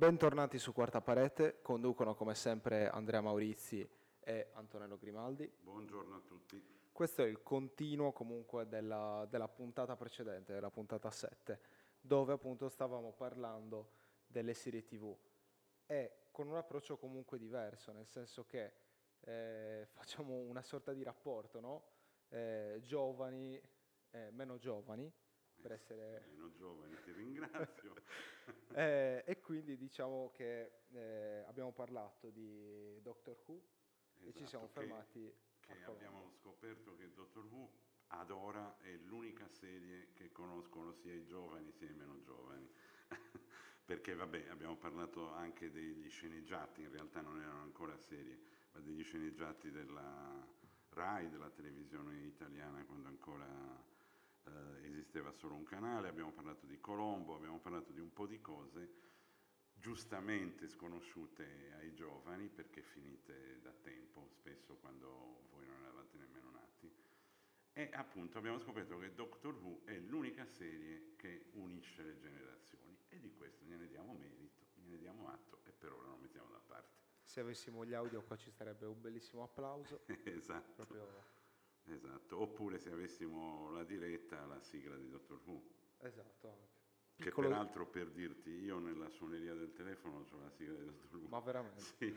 Bentornati su Quarta Parete, conducono come sempre Andrea Maurizi e Antonello Grimaldi. Buongiorno a tutti. Questo è il continuo comunque della puntata precedente, della puntata 7, dove appunto stavamo parlando delle serie TV e con un approccio comunque diverso, nel senso che facciamo una sorta di rapporto, no? Giovani, meno giovani, per essere... Meno giovani, ti ringrazio. E quindi diciamo che abbiamo parlato di Doctor Who e ci siamo Esatto, fermati a che abbiamo Colombo. scoperto che Doctor Who ad ora è l'unica serie che conoscono sia i giovani sia i meno giovani. Perché vabbè, abbiamo parlato anche degli sceneggiati, in realtà non erano ancora serie, ma degli sceneggiati della Rai, della televisione italiana, quando ancora esisteva solo un canale. Abbiamo parlato di Colombo, abbiamo parlato di un po' di cose giustamente sconosciute ai giovani perché finite da tempo, spesso quando voi non eravate nemmeno nati. E appunto abbiamo scoperto che Doctor Who è l'unica serie che unisce le generazioni e di questo gliene diamo merito, gliene diamo atto e per ora lo mettiamo da parte. Se avessimo gli audio qua ci starebbe un bellissimo applauso. Esatto, Proprio... esatto. Oppure se avessimo la diretta, la sigla di Doctor Who. Esatto, anche. Che Piccolo... peraltro per dirti, io nella suoneria del telefono ho la sigla di Doctor Who. Ma veramente? Sì.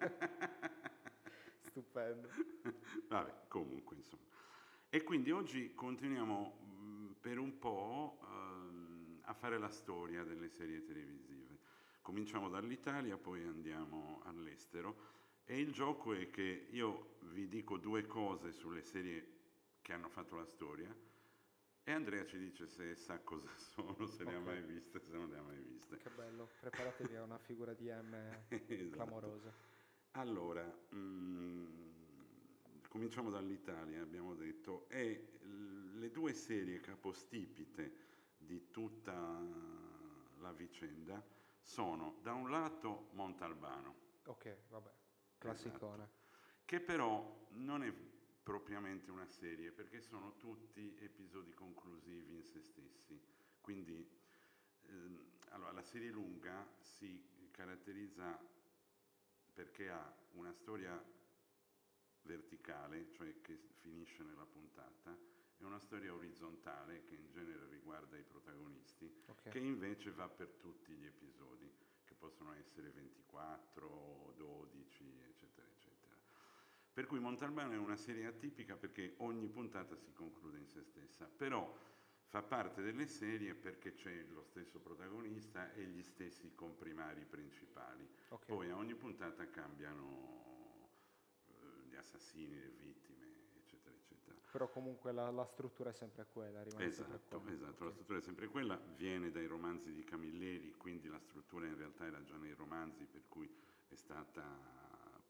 Stupendo. Vabbè, comunque insomma. E quindi oggi continuiamo per un po' a fare la storia delle serie televisive. Cominciamo dall'Italia, poi andiamo all'estero e il gioco è che io vi dico due cose sulle serie che hanno fatto la storia e Andrea ci dice se sa cosa sono, se le ha mai Ok, viste, se non le ha mai viste. che bello. Preparatevi a una figura di M Esatto. clamorosa. Allora, cominciamo dall'Italia, abbiamo detto, e le due serie capostipite di tutta la vicenda sono da un lato Montalbano, Ok, vabbè. esatto, Classicone. che però non è propriamente una serie perché sono tutti episodi conclusivi in se stessi. Quindi, allora, la serie lunga si caratterizza perché ha una storia verticale, cioè che finisce nella puntata, e una storia orizzontale che in genere riguarda i protagonisti, Ok. che invece va per tutti gli episodi, che possono essere 24, 12, eccetera, eccetera. Per cui Montalbano è una serie atipica perché ogni puntata si conclude in se stessa, però fa parte delle serie perché c'è lo stesso protagonista e gli stessi comprimari principali. Ok. Poi a ogni puntata cambiano gli assassini, le vittime, eccetera, eccetera. Però comunque la struttura è sempre quella, rimane sempre Esatto, quella. esatto, la Ok. struttura è sempre quella, viene dai romanzi di Camilleri, quindi la struttura in realtà era già nei romanzi, per cui è stata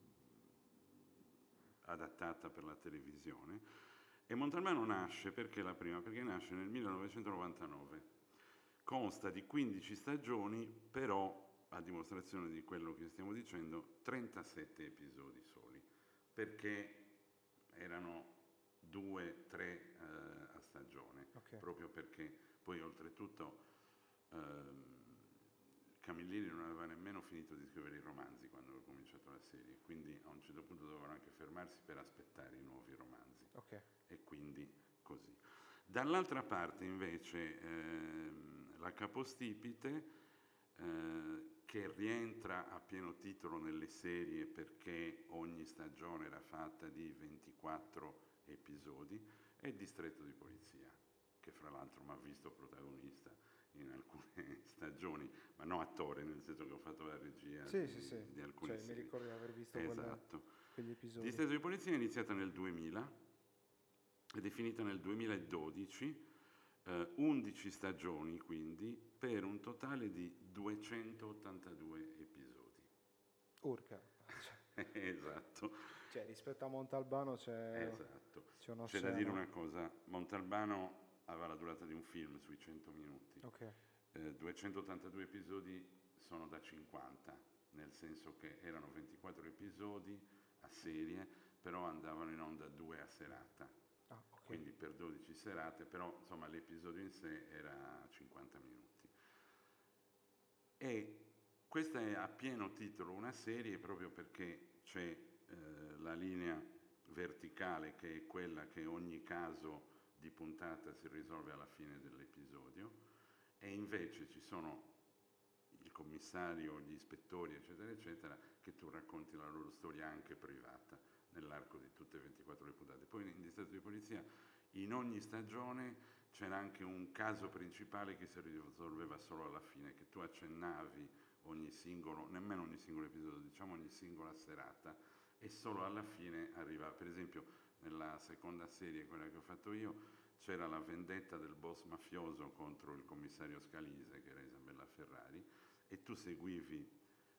adattata per la televisione. E Montalbano nasce perché la prima? Perché nasce nel 1999. Consta di 15 stagioni, però, a dimostrazione di quello che stiamo dicendo, 37 episodi soli, perché erano 2-3 a stagione, Ok. proprio perché poi oltretutto ehm, Camilleri non aveva nemmeno finito di scrivere i romanzi quando ho cominciato la serie, quindi a un certo punto dovevano anche fermarsi per aspettare i nuovi romanzi Ok. e quindi così. Dall'altra parte invece la capostipite che rientra a pieno titolo nelle serie perché ogni stagione era fatta di 24 episodi è Distretto di Polizia, che fra l'altro mi ha visto protagonista in alcune stagioni, ma no attore, nel senso che ho fatto la regia Sì, sì, sì. di alcune Cioè, mi serie. ricordo di aver visto Esatto. quegli episodi. Distretto di Polizia è iniziata nel 2000 ed è finita nel 2012, 11 stagioni quindi, per un totale di 282 episodi. Urca. Esatto, Cioè, rispetto a Montalbano esatto. c'è un C'è da dire oceano. una cosa, Montalbano aveva la durata di un film sui 100 minuti. Ok. 282 episodi sono da 50, nel senso che erano 24 episodi a serie, però andavano in onda 2 a serata. Ah, ok. Quindi per 12 serate, però insomma l'episodio in sé era 50 minuti. E questa è a pieno titolo una serie proprio perché c'è la linea verticale che è quella che ogni caso di puntata si risolve alla fine dell'episodio e invece ci sono il commissario, gli ispettori, eccetera, eccetera, che tu racconti la loro storia anche privata nell'arco di tutte e 24 le puntate. Poi in distretto di polizia in ogni stagione c'era anche un caso principale che si risolveva solo alla fine, che tu accennavi ogni singolo, nemmeno ogni singolo episodio, diciamo ogni singola serata, e solo alla fine arriva, per esempio nella seconda serie, quella che ho fatto io, c'era la vendetta del boss mafioso contro il commissario Scalise, che era Isabella Ferrari, e tu seguivi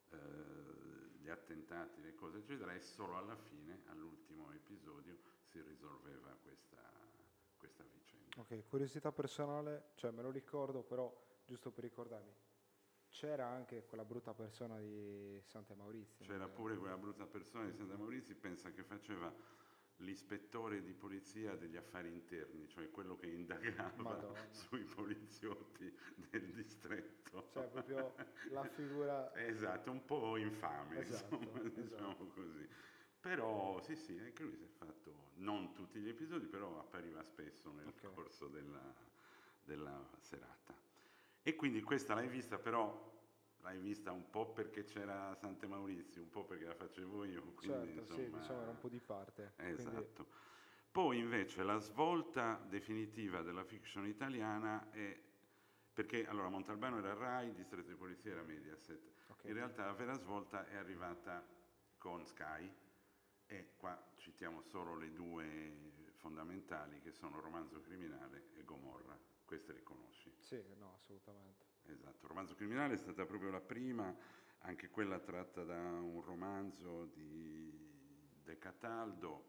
gli attentati, le cose eccetera, e solo alla fine, all'ultimo episodio, si risolveva questa vicenda. Ok, curiosità personale, cioè me lo ricordo, però giusto per ricordarmi, c'era anche quella brutta persona di Santa Maurizio. C'era pure quella brutta persona di Santa Maurizio, pensa che faceva l'ispettore di polizia degli affari interni, cioè quello che indagava Madonna. sui poliziotti del distretto. Cioè proprio la figura... Esatto, un po' infame, Esatto, insomma, diciamo esatto. così. Però sì, sì, anche lui si è fatto, non tutti gli episodi, però appariva spesso nel Ok, corso della serata. E quindi questa l'hai vista, però l'hai vista un po' perché c'era Sante Maurizio, un po' perché la facevo io, quindi certo, sì, insomma, diciamo era un po' di parte, quindi... esatto. Poi invece la svolta definitiva della fiction italiana è perché allora Montalbano era Rai, Distretto di Polizia era Mediaset. Ok, In realtà la vera svolta è arrivata con Sky e qua citiamo solo le due fondamentali che sono Romanzo Criminale e Gomorra. Queste le conosci? sì, no, assolutamente. Esatto, Romanzo Criminale è stata proprio la prima, anche quella tratta da un romanzo di De Cataldo,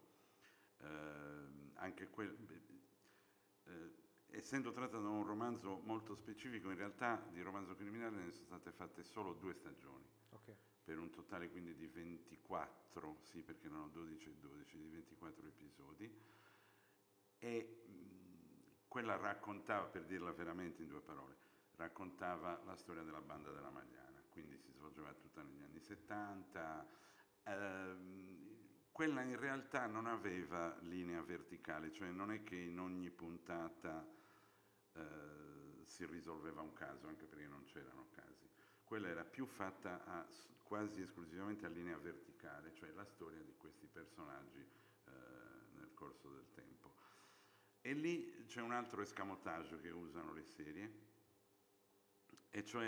anche essendo tratta da un romanzo molto specifico, in realtà di Romanzo Criminale ne sono state fatte solo 2 stagioni, Ok, per un totale quindi di 24, sì perché erano 12 e 12, di 24 episodi, e quella raccontava, per dirla veramente in 2 parole, raccontava la storia della banda della Magliana, quindi si svolgeva tutta negli anni 70. Quella in realtà non aveva linea verticale, cioè non è che in ogni puntata si risolveva un caso, anche perché non c'erano casi. Quella era più fatta quasi esclusivamente a linea verticale, cioè la storia di questi personaggi nel corso del tempo. E lì c'è un altro escamotage che usano le serie, e cioè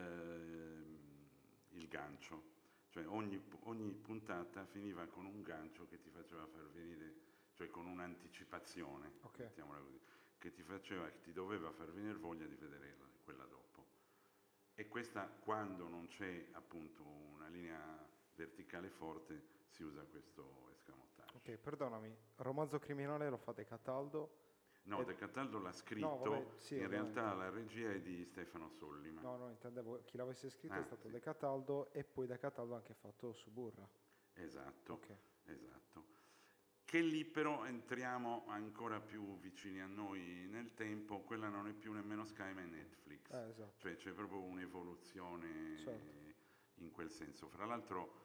il gancio. Cioè ogni puntata finiva con un gancio che ti faceva far venire, cioè con un'anticipazione, ok, mettiamola così, che ti doveva far venire voglia di vedere quella dopo. E questa, quando non c'è appunto una linea verticale forte, si usa questo escamotage. ok, perdonami, romanzo criminale lo fa De Cataldo No, e... De Cataldo l'ha No, vabbè, scritto, sì, in realtà ovviamente. la regia è di Stefano Sollima. No, no, intendevo chi l'avesse scritto è Ah, stato sì, De Cataldo e poi De Cataldo ha anche fatto Suburra. esatto, Ok, esatto. Che lì però entriamo ancora più vicini a noi nel tempo, quella non è più nemmeno Sky ma è Netflix, esatto, cioè c'è proprio certo. un'evoluzione in quel senso. Fra l'altro,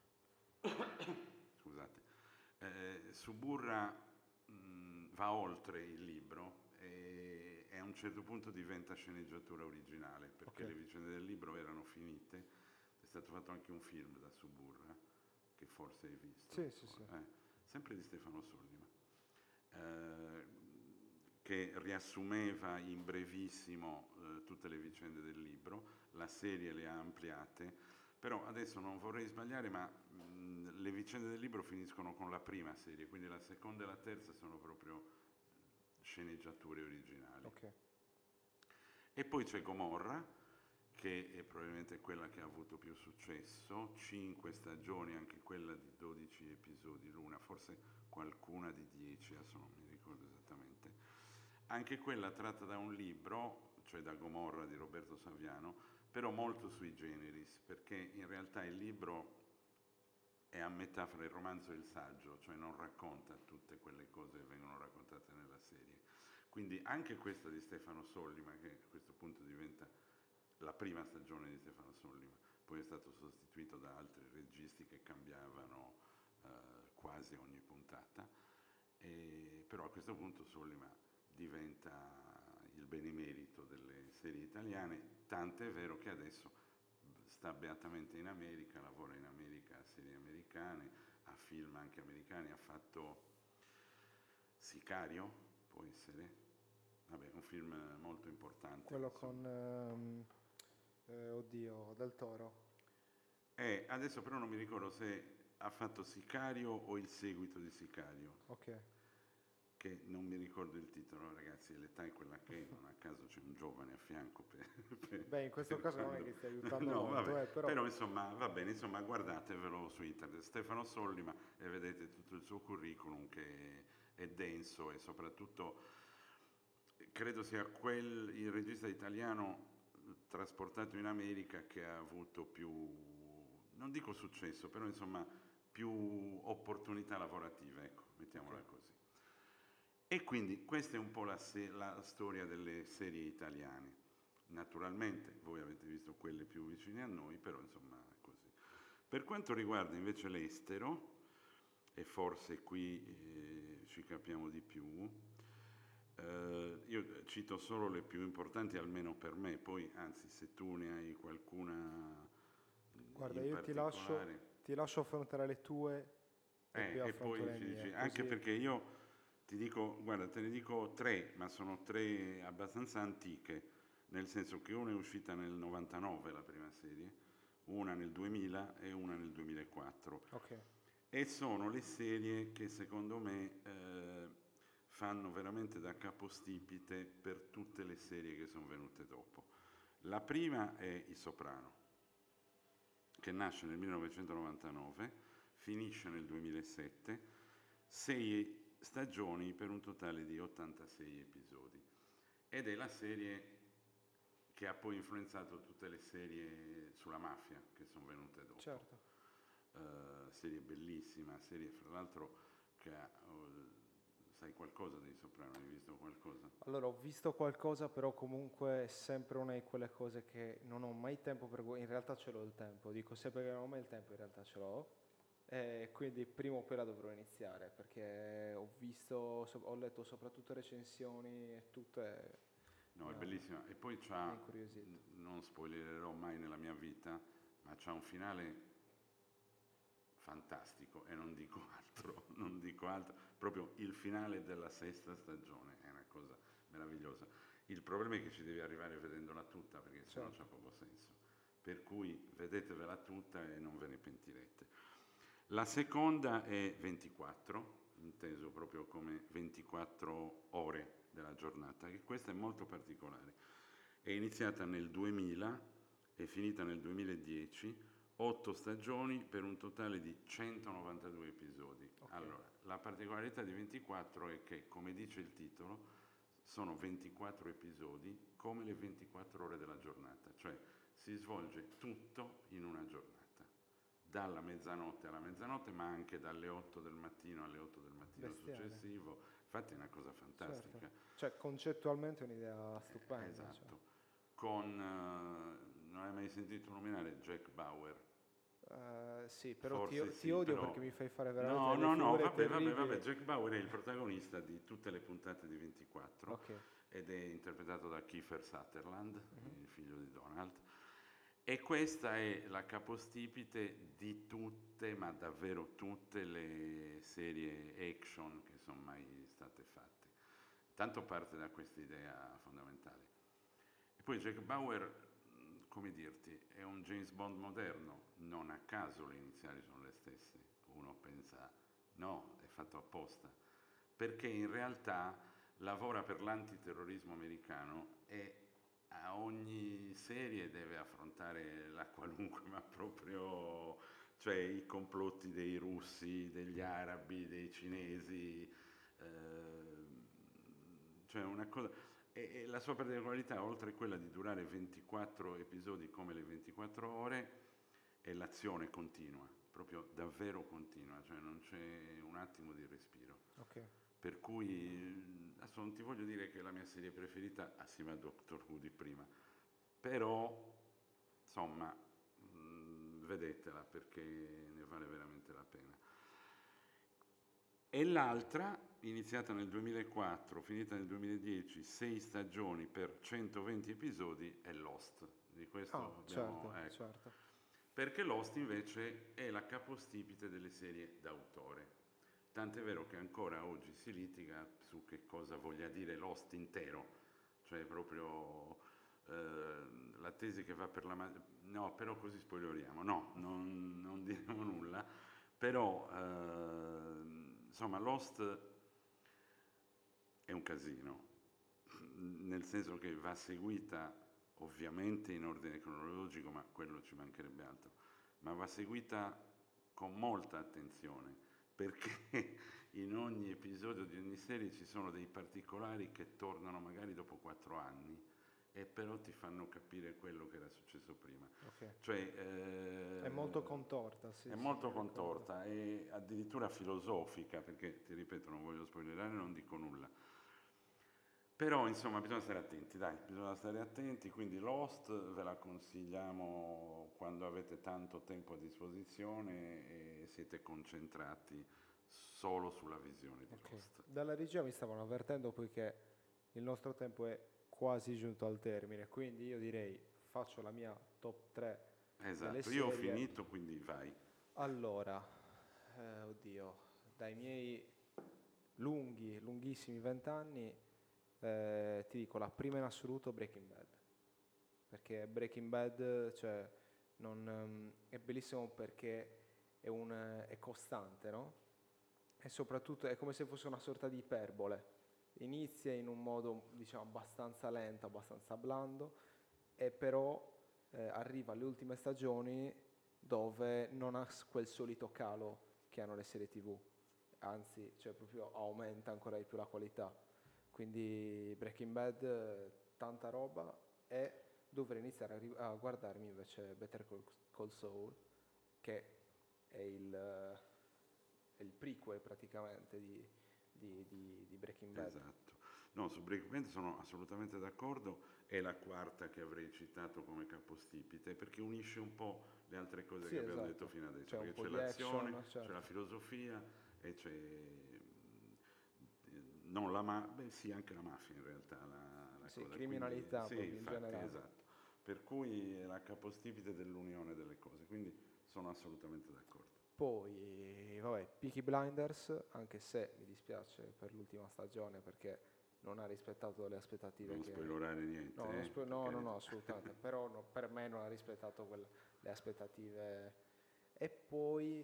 scusate, Suburra va oltre il libro e a un certo punto diventa sceneggiatura originale, Ok, perché le vicende del libro erano finite, è stato fatto anche un film da Suburra, che forse hai visto, sì, sì, sì. sempre di Stefano Sollima, eh, che riassumeva in brevissimo tutte le vicende del libro, la serie le ha ampliate, però adesso non vorrei sbagliare, ma le vicende del libro finiscono con la prima serie, quindi la seconda e la terza sono proprio sceneggiature originali. Ok, E poi c'è Gomorra, che è probabilmente quella che ha avuto più successo, 5 stagioni, anche quella di 12 episodi l'una, forse qualcuna di 10, adesso non mi ricordo esattamente. Anche quella tratta da un libro, cioè da Gomorra di Roberto Saviano, però molto sui generis, perché in realtà il libro è a metà fra il romanzo e il saggio, cioè non racconta tutte quelle cose che vengono raccontate nella serie. Quindi anche questa di Stefano Sollima, che a questo punto diventa la prima stagione di Stefano Sollima, poi è stato sostituito da altri registi che cambiavano quasi ogni puntata, però a questo punto Sollima diventa il benemerito delle serie italiane, tant'è vero che adesso sta beatamente in America, lavora in America a serie americane, a film anche americani, ha fatto Sicario, può essere? Vabbè, un film molto importante. Quello insomma. con, oddio, Del Toro. Adesso però non mi ricordo se ha fatto Sicario o il seguito di Sicario, Ok. che non mi ricordo il titolo, ragazzi, l'età è quella che è, non a caso c'è un giovane a fianco Beh, in questo per caso non è quando... che stia aiutando No, molto, vabbè, però... però insomma, va bene, insomma, guardatevelo su internet, Stefano Sollima, e vedete tutto il suo curriculum che è denso e soprattutto credo sia il regista italiano trasportato in America che ha avuto più, non dico successo, però insomma più opportunità lavorative, ecco, mettiamola Ok. così. E quindi questa è un po' la storia delle serie italiane. Naturalmente voi avete visto quelle più vicine a noi, però insomma è così. Per quanto riguarda invece l'estero, e forse qui ci capiamo di più, io cito solo le più importanti, almeno per me, poi anzi se tu ne hai qualcuna Guarda, in io particolare. ti lascio affrontare le tue e poi E affronto poi le ci dici, mie, anche così... perché io ti dico, guarda, te ne dico tre, ma sono tre abbastanza antiche, nel senso che una è uscita nel 99, la prima serie, una nel 2000 e una nel 2004. Ok, E sono le serie che secondo me fanno veramente da capostipite per tutte le serie che sono venute dopo. La prima è I Soprano, che nasce nel 1999, finisce nel 2007, 6 stagioni per un totale di 86 episodi. Ed è la serie che ha poi influenzato tutte le serie sulla mafia che sono venute dopo. certo. Serie bellissima, serie fra l'altro che ha, sai qualcosa dei Soprano, hai visto qualcosa? Allora, ho visto qualcosa, però comunque è sempre una di quelle cose che non ho mai tempo per... In realtà ce l'ho il tempo, dico sempre che non ho mai il tempo, in realtà ce l'ho. E quindi prima o poi la dovrò iniziare, perché ho visto, ho letto soprattutto recensioni e tutto e No, mi è ha, bellissima. E poi mi ha c'ha, incuriosito. non spoilererò mai nella mia vita, ma c'ha un finale fantastico e non dico altro, non dico altro, proprio il finale della 6ª stagione è una cosa meravigliosa. Il problema è che ci devi arrivare vedendola tutta perché sennò c'ha Certo. poco senso. Per cui vedetevela tutta e non ve ne pentirete. La seconda è 24, inteso proprio come 24 ore della giornata, che questa è molto particolare. È iniziata nel 2000, è finita nel 2010, 8 stagioni per un totale di 192 episodi. Ok, Allora, la particolarità di 24 è che, come dice il titolo, sono 24 episodi come le 24 ore della giornata, cioè si svolge tutto in una giornata, dalla mezzanotte alla mezzanotte, ma anche dalle 8 del mattino alle 8 del mattino bestiale. successivo. Infatti è una cosa Certo. fantastica. Cioè, concettualmente è un'idea stupenda. Cioè. Esatto. Non hai mai sentito nominare Jack Bauer? Sì, però Forse ti sì, odio però... perché mi fai fare veramente No, delle no, no, figure vabbè, terribili. Jack Bauer è il protagonista di tutte le puntate di 24 Ok. ed è interpretato da Kiefer Sutherland, Mhm. il figlio di Donald. E questa è la capostipite di tutte, ma davvero tutte le serie action che sono mai state fatte. Tanto parte da questa idea fondamentale. E poi Jack Bauer, come dirti, è un James Bond moderno, non a caso le iniziali sono le stesse. Uno pensa, no, è fatto apposta, perché in realtà lavora per l'antiterrorismo americano e a ogni serie deve affrontare la qualunque, ma proprio, cioè i complotti dei russi, degli arabi, dei cinesi, cioè una cosa... E la sua particolarità, oltre a quella di durare 24 episodi come le 24 ore, è l'azione continua, proprio davvero continua, cioè non c'è un attimo di respiro. Ok. Per cui adesso non ti voglio dire che è la mia serie preferita assieme a Doctor Who di prima, però insomma vedetela perché ne vale veramente la pena. E l'altra, iniziata nel 2004, finita nel 2010, 6 stagioni per 120 episodi, è Lost. Di questo abbiamo, certo, ecco. certo. Perché Lost invece è la capostipite delle serie d'autore. Tant'è vero che ancora oggi si litiga su che cosa voglia dire Lost intero, cioè proprio la tesi che va per la... No, però così spoileriamo, no, non diremo nulla, però insomma Lost è un casino, nel senso che va seguita ovviamente in ordine cronologico, ma quello ci mancherebbe altro, ma va seguita con molta attenzione, perché in ogni episodio di ogni serie ci sono dei particolari che tornano magari dopo 4 anni e però ti fanno capire quello che era successo prima. Okay. Cioè, È molto contorta, sì, è sì, molto mi ricordo. contorta e addirittura filosofica, perché ti ripeto, non voglio spoilerare, non dico nulla. Però insomma bisogna stare attenti, dai, bisogna stare attenti, quindi Lost ve la consigliamo quando avete tanto tempo a disposizione e siete concentrati solo sulla visione di Ok. Lost. Dalla regia mi stavano avvertendo poiché il nostro tempo è quasi giunto al termine, quindi io direi faccio la mia top 3 delle Esatto, io ho serie. finito, quindi vai. Allora, oddio, dai miei lunghissimi 20 anni, ti dico la prima in assoluto Breaking Bad, perché Breaking Bad, cioè, è bellissimo perché è costante, no? E soprattutto è come se fosse una sorta di iperbole. Inizia in un modo, diciamo, abbastanza lento, abbastanza blando, e però arriva alle ultime stagioni dove non ha quel solito calo che hanno le serie TV, anzi, cioè proprio aumenta ancora di più la qualità. Quindi Breaking Bad, tanta roba, e dovrei iniziare a guardarmi invece Better Call Saul, che è il prequel praticamente di Breaking Bad. Esatto. No, su Breaking Bad sono assolutamente d'accordo, è la quarta che avrei citato come capostipite, perché unisce un po' le altre cose Sì, che abbiamo detto esatto, fino adesso, c'è un perché po' c'è di l'azione, action, c'è la certo. filosofia e c'è non beh sì, anche la mafia in realtà, la Sì, cosa, quindi criminalità sì, proprio in infatti, generale. esatto. Per cui è la capostipite dell'unione delle cose, quindi sono assolutamente d'accordo. Poi, vabbè, Peaky Blinders, anche se mi dispiace per l'ultima stagione perché non ha rispettato le aspettative Non che... spoilerare niente, No, per no, carità. assolutamente, però per me non ha rispettato le aspettative. E poi,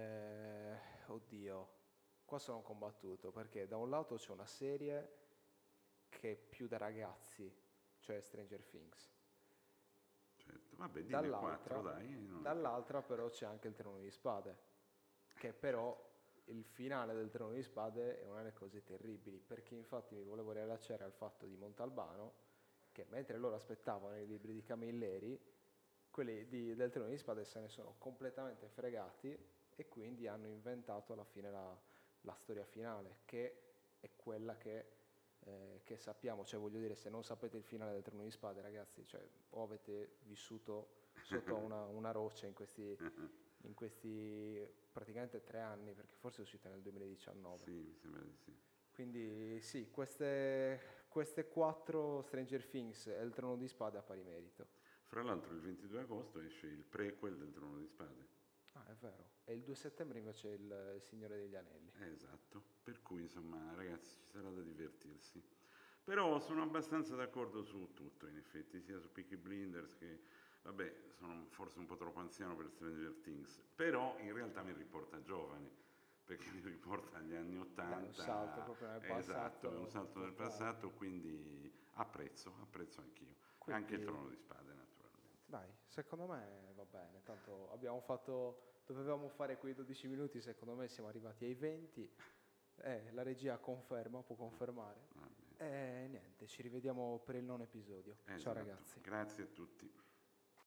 oddio, qua sono combattuto perché da un lato c'è una serie che è più da ragazzi, cioè Stranger Things. Certo, vabbè, dinne quattro, Dall'altra, dai, non è che... dall'altra però c'è anche il Trono di Spade, che però il finale del Trono di Spade è una delle cose terribili, perché infatti mi volevo riallacciare al fatto di Montalbano, che mentre loro aspettavano i libri di Camilleri, quelli del Trono di Spade se ne sono completamente fregati e quindi hanno inventato alla fine la storia finale, che è quella che sappiamo, cioè voglio dire, se non sapete il finale del Trono di Spade, ragazzi, cioè, o avete vissuto sotto una roccia in questi praticamente 3 anni, perché forse è uscita nel 2019. Sì, mi sembra di sì. Quindi sì, queste 4, Stranger Things e il Trono di Spade, a pari merito. Fra l'altro il 22 agosto esce il prequel del Trono di Spade. Ah, è vero. E il 2 settembre invece è il Signore degli Anelli. Esatto, per cui insomma ragazzi ci sarà da divertirsi. Però sono abbastanza d'accordo su tutto in effetti, sia su Peaky Blinders che, vabbè, sono forse un po' troppo anziano per Stranger Things, però in realtà mi riporta giovane, perché mi riporta agli anni Dai, un salto 80, proprio nel esatto, è un passato salto nel totale. passato, quindi apprezzo anch'io. E anche il Quindi, Trono di Spade naturalmente. dai, secondo me va bene. Tanto dovevamo fare quei 12 minuti, secondo me siamo arrivati ai 20. La regia conferma, può confermare. Va bene. E niente, ci rivediamo per il 9º episodio. Ciao Esatto, ragazzi. grazie a tutti.